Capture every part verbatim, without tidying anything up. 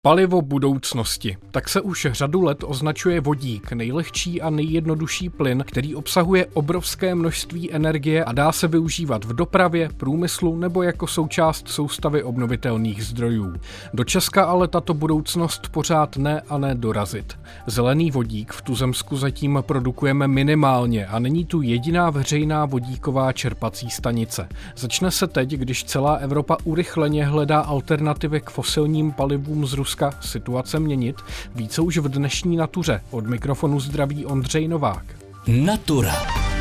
Palivo budoucnosti. Tak se už řadu let označuje vodík, nejlehčí a nejjednodušší plyn, který obsahuje obrovské množství energie a dá se využívat v dopravě, průmyslu nebo jako součást soustavy obnovitelných zdrojů. Do Česka ale tato budoucnost pořád ne a ne dorazit. Zelený vodík v tuzemsku zatím produkujeme minimálně a není tu jediná veřejná vodíková čerpací stanice. Začne se teď, když celá Evropa urychleně hledá alternativy k fosilním palivům z Ruska, situace měnit, více už v dnešní Natuře. Od mikrofonu zdraví Ondřej Novák. Natura.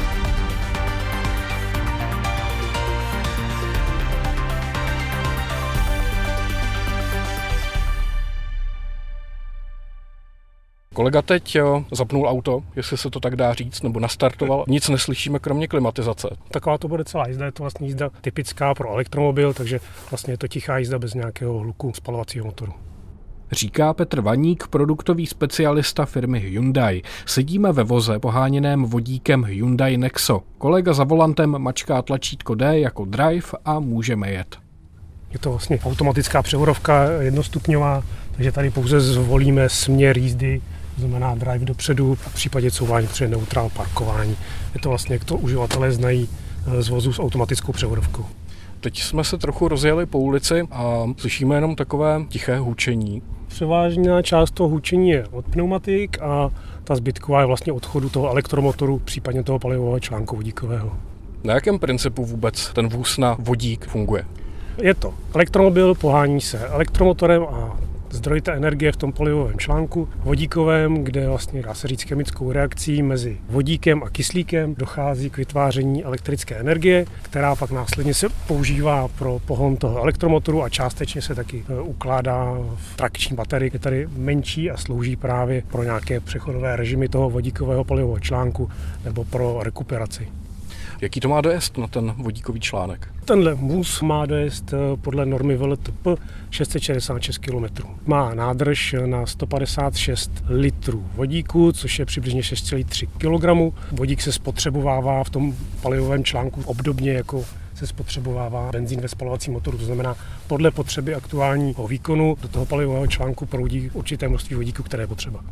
Kolega teď jo, zapnul auto, jestli se to tak dá říct, nebo nastartoval. Nic neslyšíme kromě klimatizace. Taková to bude celá jízda, je to vlastně jízda typická pro elektromobil, takže vlastně je to tichá jízda bez nějakého hluku spalovacího motoru. Říká Petr Vaník, produktový specialista firmy Hyundai. Sedíme ve voze poháněném vodíkem Hyundai Nexo. Kolega za volantem mačká tlačítko D jako drive a můžeme jet. Je to vlastně automatická převodovka jednostupňová, takže tady pouze zvolíme směr jízdy, to znamená drive dopředu, v případě couvání před neutrál parkování. Je to vlastně, jak to uživatelé znají z vozu s automatickou převodovkou. Teď jsme se trochu rozjeli po ulici a slyšíme jenom takové tiché hučení. Převážná část toho hučení je od pneumatik a ta zbytková je vlastně od chodu toho elektromotoru, případně toho palivového článku vodíkového. Na jakém principu vůbec ten vůz na vodík funguje? Je to elektromobil, pohání se elektromotorem a zdroj té energie v tom palivovém článku vodíkovém, kde vlastně dá se říct chemickou reakcí mezi vodíkem a kyslíkem dochází k vytváření elektrické energie, která pak následně se používá pro pohon toho elektromotoru a částečně se taky ukládá v trakční baterii, je tady menší a slouží právě pro nějaké přechodové režimy toho vodíkového palivového článku nebo pro rekuperaci. Jaký to má dojezd na ten vodíkový článek? Tenhle vůz má dojezd podle normy V L T P šest set šedesát šest kilometrů. Má nádrž na sto padesát šest litrů vodíku, což je přibližně šest celá tři kilogramy. Vodík se spotřebovává v tom palivovém článku obdobně jako se spotřebovává benzín ve spalovacím motoru. To znamená, podle potřeby aktuálního výkonu do toho palivového článku proudí určité množství vodíku, které je potřeba.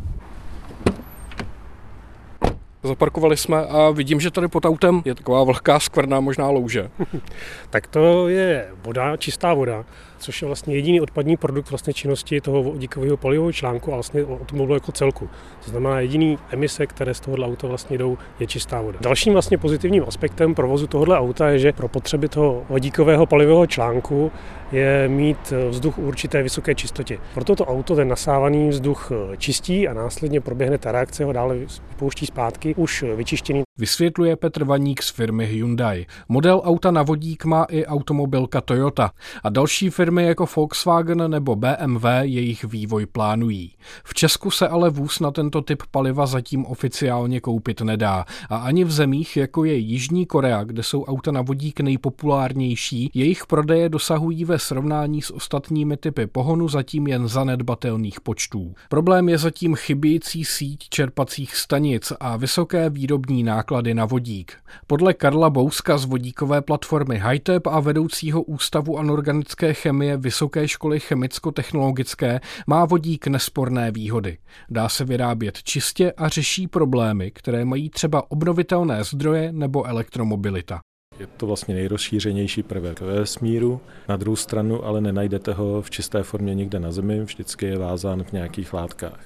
Zaparkovali jsme a vidím, že tady pod autem je taková vlhká skvrna, možná louže. Tak to je voda, čistá voda, což je vlastně jediný odpadní produkt vlastně činnosti toho vodíkového palivového článku a vlastně automobilu jako celku. To znamená, jediný emise, které z tohohle auta vlastně jdou, je čistá voda. Dalším vlastně pozitivním aspektem provozu tohohle auta je, že pro potřeby toho vodíkového palivového článku je mít vzduch v určité vysoké čistotě. Pro toto auto ten nasávaný vzduch čistí a následně proběhne ta reakce, ho dále pouští zpátky, už vyčištěný. Vysvětluje Petr Vaník z firmy Hyundai. Model auta na vodík má i automobilka Toyota a další firmy jako Volkswagen nebo B M W jejich vývoj plánují. V Česku se ale vůz na tento typ paliva zatím oficiálně koupit nedá a ani v zemích, jako je Jižní Korea, kde jsou auta na vodík nejpopulárnější, jejich prodeje dosahují ve srovnání s ostatními typy pohonu zatím jen zanedbatelných počtů. Problém je zatím chybějící síť čerpacích stanic a vysoké výrobní náklady na vodík. Podle Karla Bouska z vodíkové platformy HiTep a vedoucího Ústavu anorganické chemie Vysoké školy chemicko-technologické má vodík nesporné výhody. Dá se vyrábět čistě a řeší problémy, které mají třeba obnovitelné zdroje nebo elektromobilita. Je to vlastně nejrozšířenější prvek ve vesmíru. Na druhou stranu ale nenajdete ho v čisté formě nikde na Zemi, vždycky je vázán v nějakých látkách.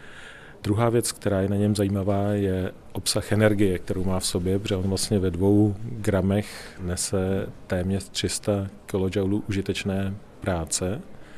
Druhá věc, která je na něm zajímavá, je obsah energie, kterou má v sobě, protože on vlastně ve dvou gramech nese téměř tři sta kilojoulů užitečné práce,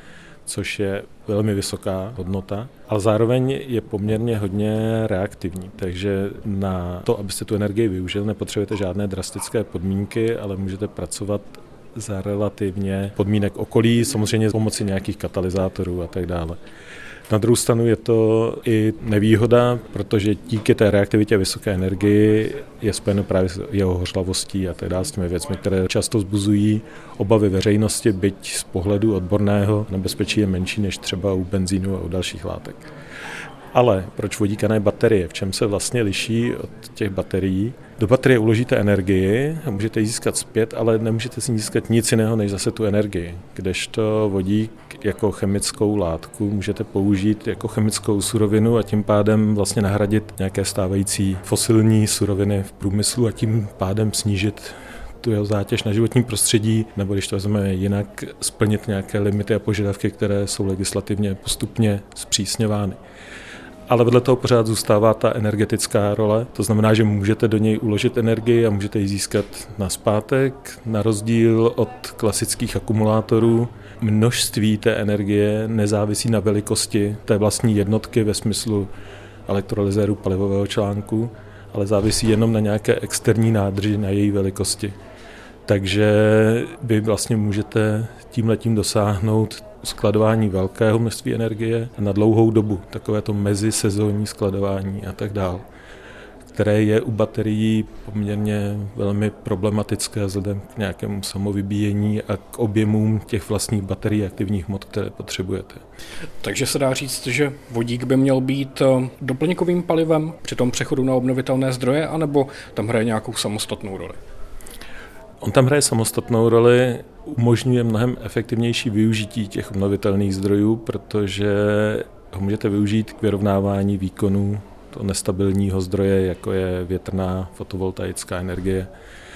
což je velmi vysoká hodnota, ale zároveň je poměrně hodně reaktivní. Takže na to, abyste tu energii využili, nepotřebujete žádné drastické podmínky, ale můžete pracovat za relativně podmínek okolí, samozřejmě pomocí nějakých katalyzátorů a tak dále. Na druhou stranu je to i nevýhoda, protože díky té reaktivitě vysoké energii je spojeno právě s jeho hořlavostí a tak dále, s těmi věcmi, které často vzbuzují obavy veřejnosti, byť z pohledu odborného nebezpečí je menší než třeba u benzínu a u dalších látek. Ale proč vodík a ne baterie? V čem se vlastně liší od těch baterií? Do baterie uložíte energii a můžete ji získat zpět, ale nemůžete si získat nic jiného, než zase tu energii. Kdežto vodík jako chemickou látku můžete použít jako chemickou surovinu a tím pádem vlastně nahradit nějaké stávající fosilní suroviny v průmyslu a tím pádem snížit tu jeho zátěž na životním prostředí, nebo když to vezmeme jinak, splnit nějaké limity a požadavky, které jsou legislativně postupně zpřísňovány. Ale vedle toho pořád zůstává ta energetická role, to znamená, že můžete do něj uložit energii a můžete ji získat nazpátek. Na rozdíl od klasických akumulátorů množství té energie nezávisí na velikosti té vlastní jednotky ve smyslu elektrolyzéru palivového článku, ale závisí jenom na nějaké externí nádrži, na její velikosti. Takže vy vlastně můžete tímhletím dosáhnout skladování velkého množství energie na dlouhou dobu, takové to mezisezónní skladování a tak dále, které je u baterií poměrně velmi problematické vzhledem k nějakému samovybíjení a k objemům těch vlastních baterií aktivních hmot, které potřebujete. Takže se dá říct, že vodík by měl být doplňkovým palivem při tom přechodu na obnovitelné zdroje, anebo tam hraje nějakou samostatnou roli? On tam hraje samostatnou roli, umožňuje mnohem efektivnější využití těch obnovitelných zdrojů, protože ho můžete využít k vyrovnávání výkonů toho nestabilního zdroje, jako je větrná fotovoltaická energie.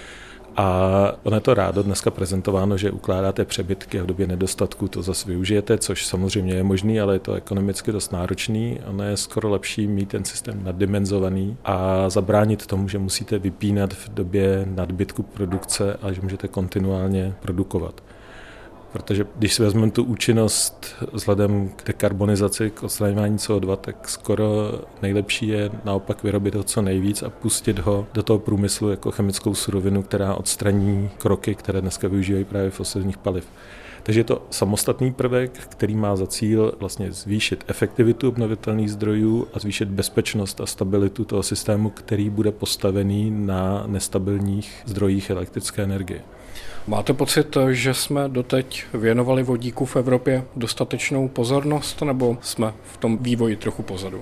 A ono je to rádo dneska prezentováno, že ukládáte přebytky a v době nedostatku to zase využijete, což samozřejmě je možný, ale je to ekonomicky dost náročný. Ono je skoro lepší mít ten systém naddimenzovaný a zabránit tomu, že musíte vypínat v době nadbytku produkce a že můžete kontinuálně produkovat. Protože když si vezmeme tu účinnost vzhledem k dekarbonizaci, k odstraňování C O dva, tak skoro nejlepší je naopak vyrobit ho co nejvíc a pustit ho do toho průmyslu jako chemickou surovinu, která odstraní kroky, které dneska využívají právě fosilních paliv. Takže je to samostatný prvek, který má za cíl vlastně zvýšit efektivitu obnovitelných zdrojů a zvýšit bezpečnost a stabilitu toho systému, který bude postavený na nestabilních zdrojích elektrické energie. Máte pocit, že jsme doteď věnovali vodíku v Evropě dostatečnou pozornost, nebo jsme v tom vývoji trochu pozadu?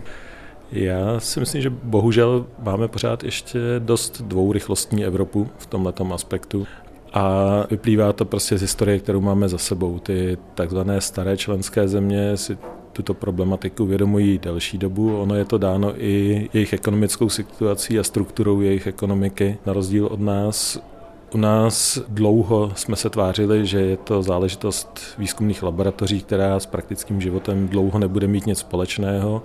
Já si myslím, že bohužel máme pořád ještě dost dvourychlostní Evropu v tomhletom aspektu. A vyplývá to prostě z historie, kterou máme za sebou. Ty takzvané staré členské země si tuto problematiku uvědomují delší dobu. Ono je to dáno i jejich ekonomickou situací a strukturou jejich ekonomiky. Na rozdíl od nás, u nás dlouho jsme se tvářili, že je to záležitost výzkumných laboratoří, která s praktickým životem dlouho nebude mít nic společného.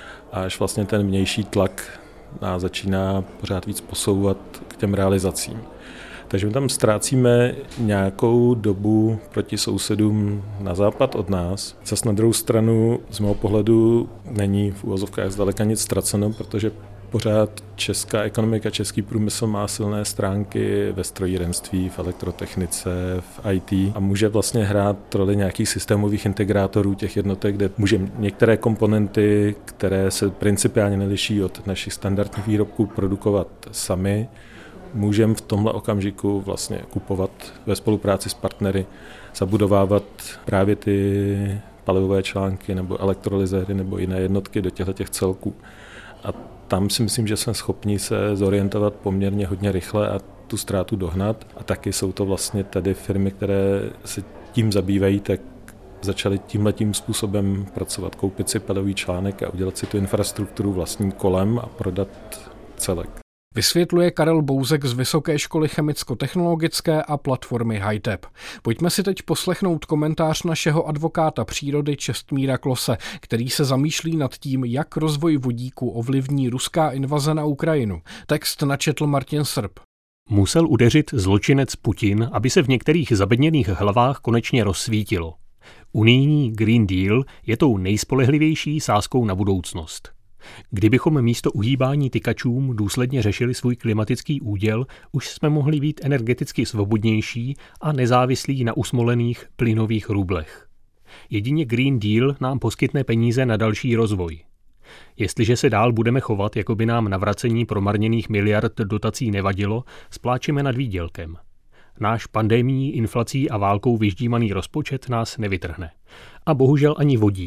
A až vlastně ten vnější tlak nás začíná pořád víc posouvat k těm realizacím. Takže my tam ztrácíme nějakou dobu proti sousedům na západ od nás. Zas na druhou stranu z mého pohledu není v uvozovkách zdaleka nic ztraceno, protože pořád česká ekonomika, český průmysl má silné stránky ve strojírenství, v elektrotechnice, v í té a může vlastně hrát roli nějakých systémových integrátorů těch jednotek, kde může některé komponenty, které se principiálně neliší od našich standardních výrobků, produkovat sami. Můžeme v tomhle okamžiku vlastně kupovat ve spolupráci s partnery, zabudovávat právě ty palivové články nebo elektrolyzéry nebo jiné jednotky do těchto celků. A tam si myslím, že jsme schopni se zorientovat poměrně hodně rychle a tu ztrátu dohnat. A taky jsou to vlastně tedy firmy, které se tím zabývají, tak začaly tímhletím způsobem pracovat, koupit si palivový článek a udělat si tu infrastrukturu vlastním kolem a prodat celek. Vysvětluje Karel Bouzek z Vysoké školy chemicko-technologické a platformy HiTep. Pojďme si teď poslechnout komentář našeho advokáta přírody Čestmíra Klose, který se zamýšlí nad tím, jak rozvoj vodíku ovlivní ruská invaze na Ukrajinu. Text načetl Martin Srb. Musel udeřit zločinec Putin, aby se v některých zabedněných hlavách konečně rozsvítilo. Unijní Green Deal je tou nejspolehlivější sázkou na budoucnost. Kdybychom místo uhýbání tykačům důsledně řešili svůj klimatický úděl, už jsme mohli být energeticky svobodnější a nezávislí na usmolených plynových rublech. Jedině Green Deal nám poskytne peníze na další rozvoj. Jestliže se dál budeme chovat, jako by nám navracení promarněných miliard dotací nevadilo, spláčeme nad výdělkem. Náš pandemií, inflací a válkou vyždímaný rozpočet nás nevytrhne. A bohužel ani vodík.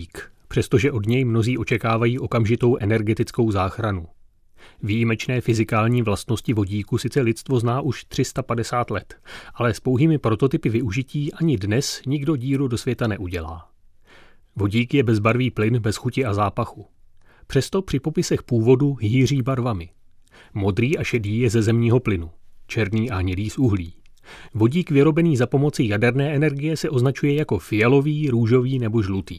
přestože od něj mnozí očekávají okamžitou energetickou záchranu. Výjimečné fyzikální vlastnosti vodíku sice lidstvo zná už tři sta padesát let, ale s pouhými prototypy využití ani dnes nikdo díru do světa neudělá. Vodík je bezbarvý plyn bez chuti a zápachu. Přesto při popisech původu hýří barvami. Modrý a šedý je ze zemního plynu, černý a hnědý z uhlí. Vodík vyrobený za pomoci jaderné energie se označuje jako fialový, růžový nebo žlutý.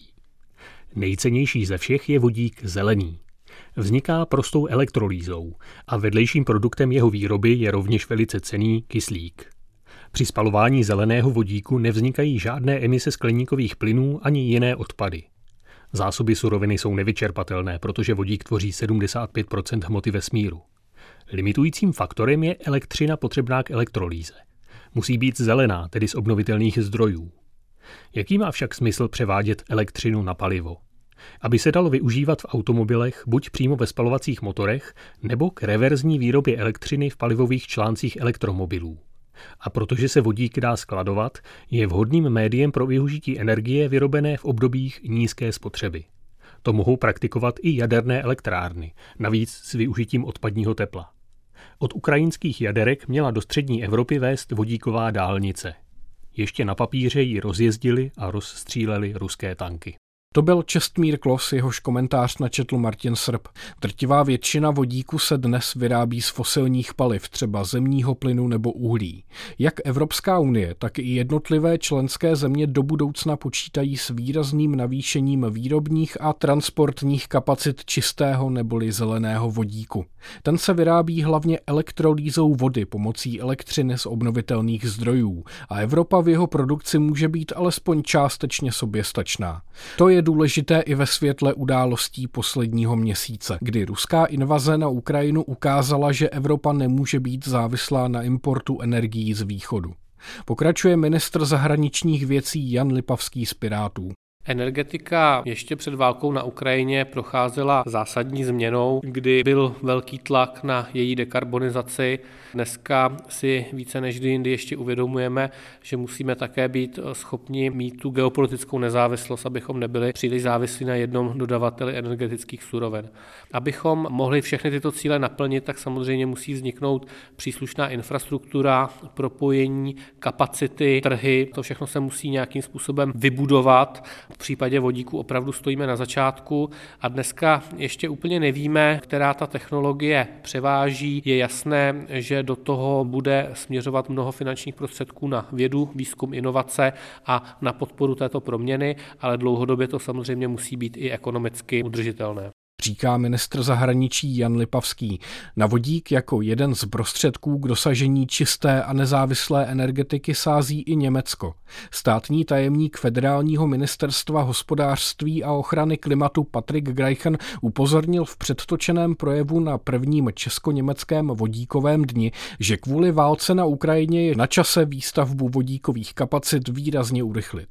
Nejcennější ze všech je vodík zelený. Vzniká prostou elektrolýzou a vedlejším produktem jeho výroby je rovněž velice cenný kyslík. Při spalování zeleného vodíku nevznikají žádné emise skleníkových plynů ani jiné odpady. Zásoby suroviny jsou nevyčerpatelné, protože vodík tvoří sedmdesát pět procent hmoty vesmíru. Limitujícím faktorem je elektřina potřebná k elektrolýze. Musí být zelená, tedy z obnovitelných zdrojů. Jaký má však smysl převádět elektřinu na palivo? Aby se dalo využívat v automobilech buď přímo ve spalovacích motorech, nebo k reverzní výrobě elektřiny v palivových článcích elektromobilů. A protože se vodík dá skladovat, je vhodným médiem pro využití energie vyrobené v obdobích nízké spotřeby. To mohou praktikovat i jaderné elektrárny, navíc s využitím odpadního tepla. Od ukrajinských jaderek měla do střední Evropy vést vodíková dálnice. Ještě na papíře ji rozjezdili a rozstříleli ruské tanky. To byl Čestmír Klos, jehož komentář načetl Martin Srb. Drtivá většina vodíku se dnes vyrábí z fosilních paliv, třeba zemního plynu nebo uhlí. Jak Evropská unie, tak i jednotlivé členské země do budoucna počítají s výrazným navýšením výrobních a transportních kapacit čistého neboli zeleného vodíku. Ten se vyrábí hlavně elektrolýzou vody pomocí elektřiny z obnovitelných zdrojů a Evropa v jeho produkci může být alespoň částečně soběstačná. To je důležité i ve světle událostí posledního měsíce, kdy ruská invaze na Ukrajinu ukázala, že Evropa nemůže být závislá na importu energií z východu. Pokračuje ministr zahraničních věcí Jan Lipavský z Pirátů. Energetika ještě před válkou na Ukrajině procházela zásadní změnou, kdy byl velký tlak na její dekarbonizaci. Dneska si více než kdy jindy ještě uvědomujeme, že musíme také být schopni mít tu geopolitickou nezávislost, abychom nebyli příliš závislí na jednom dodavateli energetických surovin. Abychom mohli všechny tyto cíle naplnit, tak samozřejmě musí vzniknout příslušná infrastruktura, propojení, kapacity, trhy. To všechno se musí nějakým způsobem vybudovat. V případě vodíku opravdu stojíme na začátku a dneska ještě úplně nevíme, která ta technologie převáží. Je jasné, že do toho bude směřovat mnoho finančních prostředků na vědu, výzkum, inovace a na podporu této proměny, ale dlouhodobě to samozřejmě musí být i ekonomicky udržitelné. Říká ministr zahraničí Jan Lipavský. Na vodík jako jeden z prostředků k dosažení čisté a nezávislé energetiky sází i Německo. Státní tajemník Federálního ministerstva hospodářství a ochrany klimatu Patrik Greichen upozornil v předtočeném projevu na prvním česko-německém vodíkovém dni, že kvůli válce na Ukrajině je na čase výstavbu vodíkových kapacit výrazně urychlit.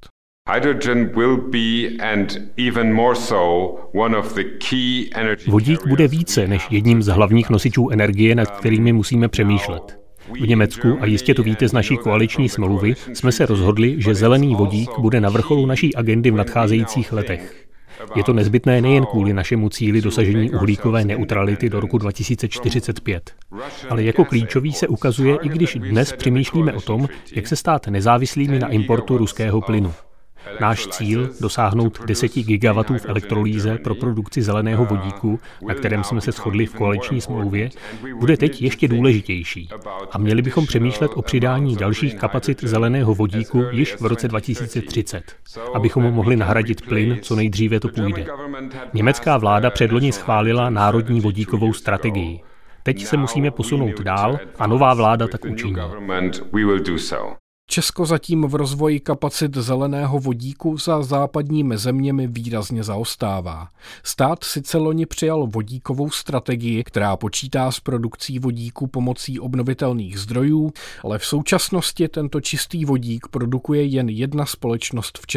Vodík bude více než jedním z hlavních nosičů energie, nad kterými musíme přemýšlet. V Německu, a jistě to víte z naší koaliční smlouvy, jsme se rozhodli, že zelený vodík bude na vrcholu naší agendy v nadcházejících letech. Je to nezbytné nejen kvůli našemu cíli dosažení uhlíkové neutrality do roku dva tisíce čtyřicet pět, ale jako klíčový se ukazuje, i když dnes přemýšlíme o tom, jak se stát nezávislými na importu ruského plynu. Náš cíl dosáhnout deset gigawattů v elektrolýze pro produkci zeleného vodíku, na kterém jsme se shodli v koaliční smlouvě, bude teď ještě důležitější. A měli bychom přemýšlet o přidání dalších kapacit zeleného vodíku již v roce dva tisíce třicet, abychom mohli nahradit plyn, co nejdříve to půjde. Německá vláda předloni schválila národní vodíkovou strategii. Teď se musíme posunout dál a nová vláda tak učiní. Česko zatím v rozvoji kapacit zeleného vodíku za západními zeměmi výrazně zaostává. Stát sice loni přijal vodíkovou strategii, která počítá s produkcí vodíku pomocí obnovitelných zdrojů, ale v současnosti tento čistý vodík produkuje jen jedna společnost v Česku.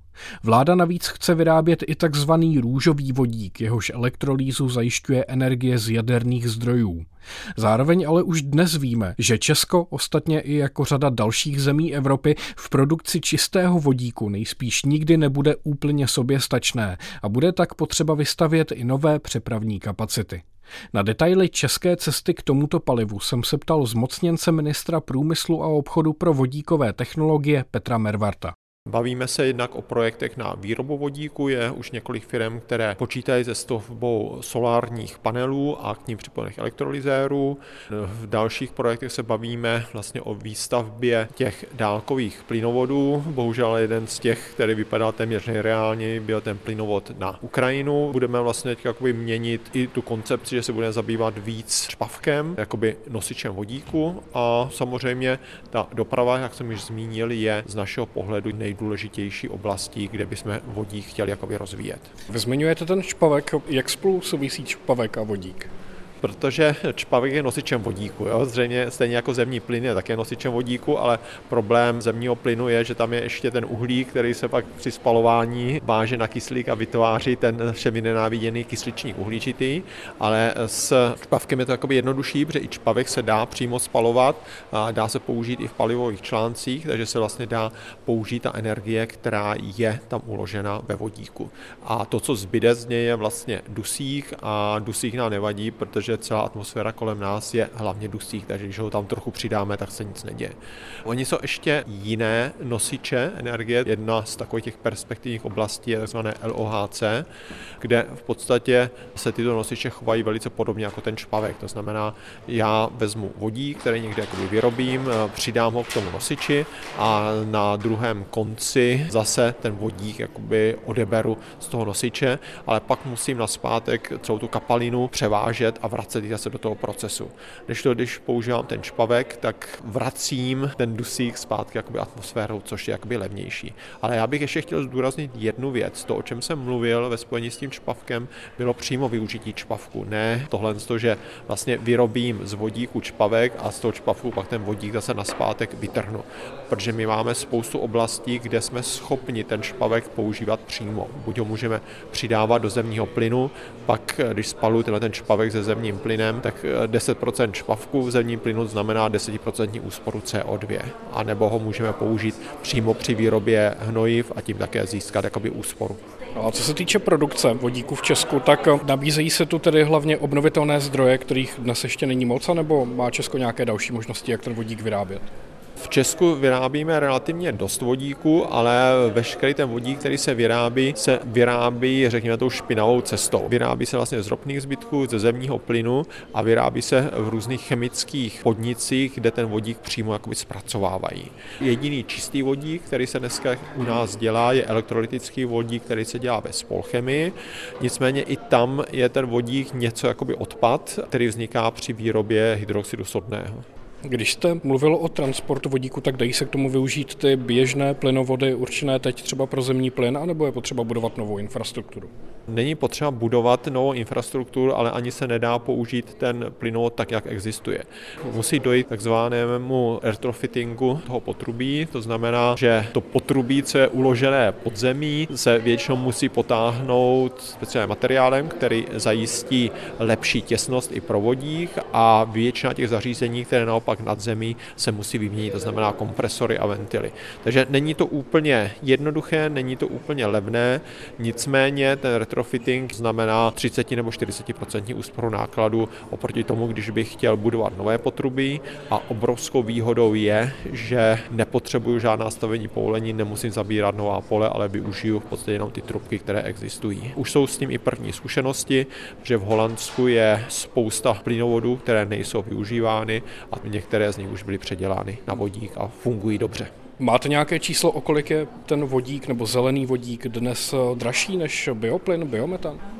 Vláda navíc chce vyrábět i takzvaný růžový vodík, jehož elektrolýzu zajišťuje energie z jaderných zdrojů. Zároveň ale už dnes víme, že Česko, ostatně i jako řada dalších zemí Evropy, v produkci čistého vodíku nejspíš nikdy nebude úplně soběstačné a bude tak potřeba vystavět i nové přepravní kapacity. Na detaily české cesty k tomuto palivu jsem se ptal zmocněnce ministra průmyslu a obchodu pro vodíkové technologie Petra Mervarta. Bavíme se jednak o projektech na výrobu vodíku, je už několik firm, které počítají se stavbou solárních panelů a k ním připojených elektrolyzérů. V dalších projektech se bavíme vlastně o výstavbě těch dálkových plynovodů. Bohužel jeden z těch, který vypadá téměř nereálně, byl ten plynovod na Ukrajinu. Budeme vlastně teď jakoby měnit i tu koncepci, že se budeme zabývat víc čpavkem, jakoby nosičem vodíku, a samozřejmě ta doprava, jak jsem již zmínil, je z našeho pohledu nejdůležitější oblastí, kde bychom vodík chtěli jakoby rozvíjet. Vy zmiňujete ten čpavek, jak spolu souvisí čpavek a vodík? Protože čpavek je nosičem vodíku. Jo? Zřejmě stejně jako zemní plyn je také nosičem vodíku, ale problém zemního plynu je, že tam je ještě ten uhlík, který se pak při spalování váže na kyslík a vytváří ten všemi nenáviděný kysličník uhličitý, ale s čpavkem je to jakoby jednodušší, protože i čpavek se dá přímo spalovat, a dá se použít i v palivových článcích, takže se vlastně dá použít ta energie, která je tam uložena ve vodíku. A to, co zbyde z něj, je vlastně dusík, a dusík nám nevadí, protože celá atmosféra kolem nás je hlavně dusík, takže když ho tam trochu přidáme, tak se nic neděje. Oni jsou ještě jiné nosiče energie. Jedna z takových těch perspektivních oblastí je takzvané L O H C, kde v podstatě se tyto nosiče chovají velice podobně jako ten čpavek. To znamená, já vezmu vodík, který někde jakoby vyrobím, přidám ho k tomu nosiči a na druhém konci zase ten vodík jakoby odeberu z toho nosiče, ale pak musím nazpátek celou tu kapalinu převážet a vracet zase do toho procesu. Když to, když používám ten čpavek, tak vracím ten dusík zpátky jakoby atmosférou, což je jakoby levnější. Ale já bych ještě chtěl zdůraznit jednu věc. To, o čem jsem mluvil ve spojení s tím čpavkem, bylo přímo využití čpavku. Ne tohle, že vlastně vyrobím z vodíku čpavek a z toho čpavku pak ten vodík zase nazpátek vytrhnu. Protože my máme spoustu oblastí, kde jsme schopni ten čpavek používat přímo. Buď ho můžeme přidávat do zemního plynu, pak když spaluju tenhle ten čpavek ze zemním plynem, tak deset procent čpavku v zemním plynu znamená deset procent úsporu C O dva. A nebo ho můžeme použít přímo při výrobě hnojiv a tím také získat jakoby úsporu. No a co se týče produkce vodíku v Česku, tak nabízejí se tu tedy hlavně obnovitelné zdroje, kterých dnes ještě není moc, nebo má Česko nějaké další možnosti, jak ten vodík vyrábět? V Česku vyrábíme relativně dost vodíku, ale veškerý ten vodík, který se vyrábí, se vyrábí, řekněme, tou špinavou cestou. Vyrábí se vlastně z ropných zbytků, ze zemního plynu a vyrábí se v různých chemických podnicích, kde ten vodík přímo jakoby zpracovávají. Jediný čistý vodík, který se dneska u nás dělá, je elektrolytický vodík, který se dělá ve spolchemii. Nicméně i tam je ten vodík něco jakoby odpad, který vzniká při výrobě hydroxidu sodného. Když jste mluvil o transportu vodíku, tak dají se k tomu využít ty běžné plynovody určené teď třeba pro zemní plyn, anebo je potřeba budovat novou infrastrukturu? Není potřeba budovat novou infrastrukturu, ale ani se nedá použít ten plynovod tak, jak existuje. Musí dojít k takzvanému retrofittingu toho potrubí, to znamená, že to potrubí, co je uložené pod zemí, se většinou musí potáhnout speciálním materiálem, který zajistí lepší těsnost i pro vodík, a většina těch zařízení, které naopak nad zemí, se musí vyměnit, to znamená kompresory a ventily. Takže není to úplně jednoduché, není to úplně levné, nicméně ten retrofitting znamená třicet nebo čtyřicet procent úsporu nákladu oproti tomu, když bych chtěl budovat nové potrubí, a obrovskou výhodou je, že nepotřebuju žádná stavební povolení, nemusím zabírat nová pole, ale využiju v podstatě jenom ty trubky, které existují. Už jsou s tím i první zkušenosti, že v Holandsku je spousta plynovodů, které nejsou využívány, a některé z nich už byly předělány na vodík a fungují dobře. Máte nějaké číslo, o kolik je ten vodík nebo zelený vodík dnes dražší než bioplyn, biometan?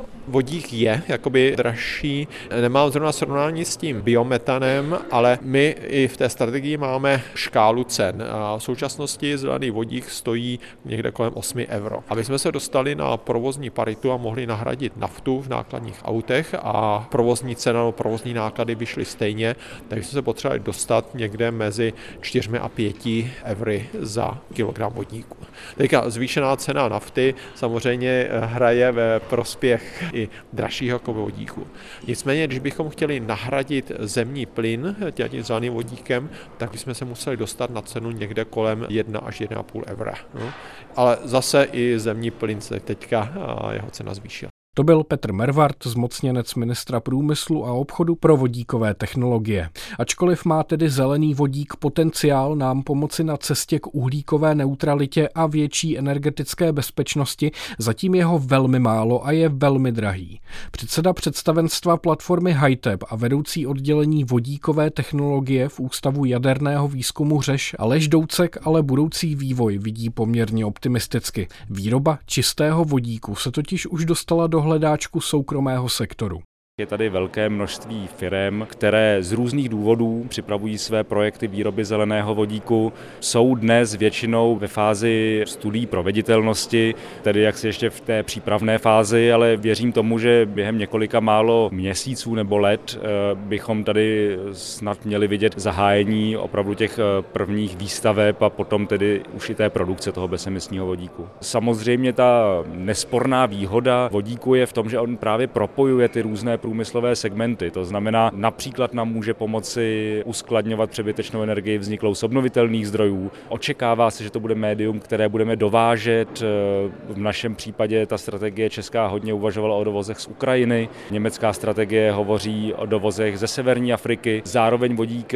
Vodík je jakoby dražší, nemám zrovna srovnání s tím biometanem, ale my i v té strategii máme škálu cen. A v současnosti zelený vodík stojí někde kolem osm euro. Aby jsme se dostali na provozní paritu a mohli nahradit naftu v nákladních autech a provozní cena nebo provozní náklady by šly stejně, tak jsme se potřebovali dostat někde mezi čtyřmi a pěti eury za kilogram vodíku. Teďka zvýšená cena nafty samozřejmě hraje ve prospěch i dražšího vodíku. Nicméně, když bychom chtěli nahradit zemní plyn tím zeleným vodíkem, tak bychom se museli dostat na cenu někde kolem jedna až jedna a půl eura. No. Ale zase i zemní plyn se teďka jeho cena zvýšila. To byl Petr Mervart, zmocněnec ministra průmyslu a obchodu pro vodíkové technologie. Ačkoliv má tedy zelený vodík potenciál nám pomoci na cestě k uhlíkové neutralitě a větší energetické bezpečnosti, zatím je ho velmi málo a je velmi drahý. Předseda představenstva platformy HITEP a vedoucí oddělení vodíkové technologie v Ústavu jaderného výzkumu Řeš Aleš Doucek ale budoucí vývoj vidí poměrně optimisticky. Výroba čistého vodíku se totiž už dostala do hledáčku soukromého sektoru. Je tady velké množství firem, které z různých důvodů připravují své projekty výroby zeleného vodíku. Jsou dnes většinou ve fázi studií proveditelnosti, tedy jaksi ještě v té přípravné fázi, ale věřím tomu, že během několika málo měsíců nebo let bychom tady snad měli vidět zahájení opravdu těch prvních výstaveb a potom tedy už i té produkce toho bezemisního vodíku. Samozřejmě ta nesporná výhoda vodíku je v tom, že on právě propojuje ty různé průmyslové segmenty. To znamená, například nám může pomoci uskladňovat přebytečnou energii vzniklou z obnovitelných zdrojů. Očekává se, že to bude médium, které budeme dovážet. V našem případě ta strategie česká hodně uvažovala o dovozech z Ukrajiny. Německá strategie hovoří o dovozech ze severní Afriky. Zároveň vodík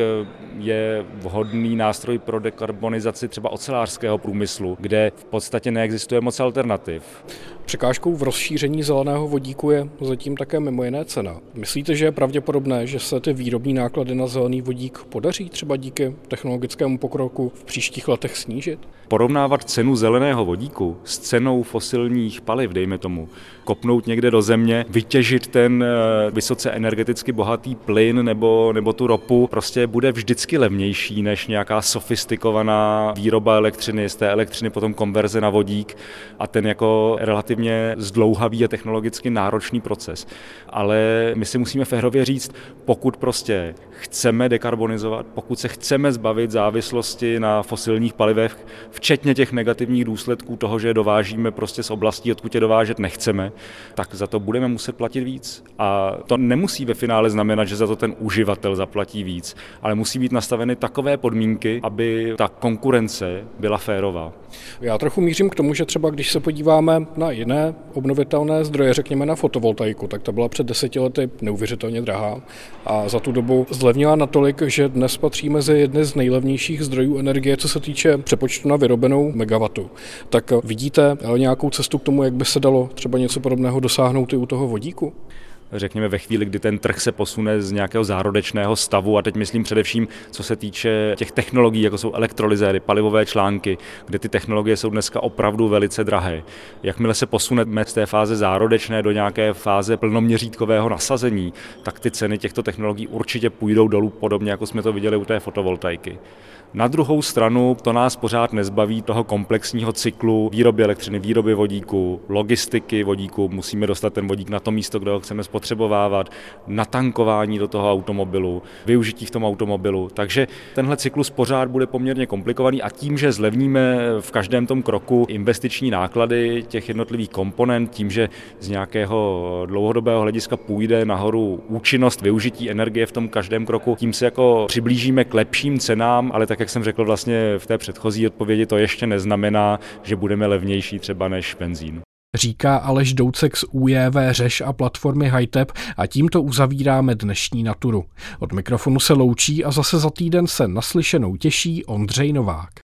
je vhodný nástroj pro dekarbonizaci třeba ocelářského průmyslu, kde v podstatě neexistuje moc alternativ. Překážkou v rozšíření zeleného vodíku je zatím také mimo jiné cena. Myslíte, že je pravděpodobné, že se ty výrobní náklady na zelený vodík podaří třeba díky technologickému pokroku v příštích letech snížit? Porovnávat cenu zeleného vodíku s cenou fosilních paliv, dejme tomu, kopnout někde do země, vytěžit ten vysoce energeticky bohatý plyn nebo, nebo tu ropu, prostě bude vždycky levnější než nějaká sofistikovaná výroba elektřiny, z té elektřiny potom konverze na vodík a ten jako relativně zdlouhavý a technologicky náročný proces. Ale my si musíme férově říct, pokud prostě chceme dekarbonizovat, pokud se chceme zbavit závislosti na fosilních palivech, včetně těch negativních důsledků toho, že je dovážíme prostě z oblastí, odkud je dovážet nechceme, tak za to budeme muset platit víc. A to nemusí ve finále znamenat, že za to ten uživatel zaplatí víc, ale musí být nastaveny takové podmínky, aby ta konkurence byla férová. Já trochu mířím k tomu, že třeba když se podíváme na jiné obnovitelné zdroje, řekněme na fotovoltaiku, tak ta byla před deseti lety neuvěřitelně drahá a za tu dobu zlevnila natolik, že dnes patří mezi jedny z nejlevnějších zdrojů energie, co se týče přepočtu na vyrobenou megawatu. Tak vidíte nějakou cestu k tomu, jak by se dalo třeba něco podobného dosáhnout i u toho vodíku? Řekněme ve chvíli, kdy ten trh se posune z nějakého zárodečného stavu, a teď myslím především, co se týče těch technologií, jako jsou elektrolyzéry, palivové články, kde ty technologie jsou dneska opravdu velice drahé. Jakmile se posuneme z té fáze zárodečné do nějaké fáze plnoměřítkového nasazení, tak ty ceny těchto technologií určitě půjdou dolů, podobně jako jsme to viděli u té fotovoltaiky. Na druhou stranu to nás pořád nezbaví toho komplexního cyklu výroby elektřiny, výroby vodíku, logistiky vodíku, musíme dostat ten vodík na to místo, kde ho chceme spotřebovávat, natankování do toho automobilu, využití v tom automobilu. Takže tenhle cyklus pořád bude poměrně komplikovaný a tím, že zlevníme v každém tom kroku investiční náklady těch jednotlivých komponent, tím, že z nějakého dlouhodobého hlediska půjde nahoru účinnost využití energie v tom každém kroku, tím se jako přiblížíme k lepším cenám, ale tak jak jsem řekl vlastně v té předchozí odpovědi, to ještě neznamená, že budeme levnější třeba než benzín. Říká Aleš Doucek z ú jé vé Řeš a platformy HITEP a tímto uzavíráme dnešní Naturu. Od mikrofonu se loučí a zase za týden se naslyšenou těší Ondřej Novák.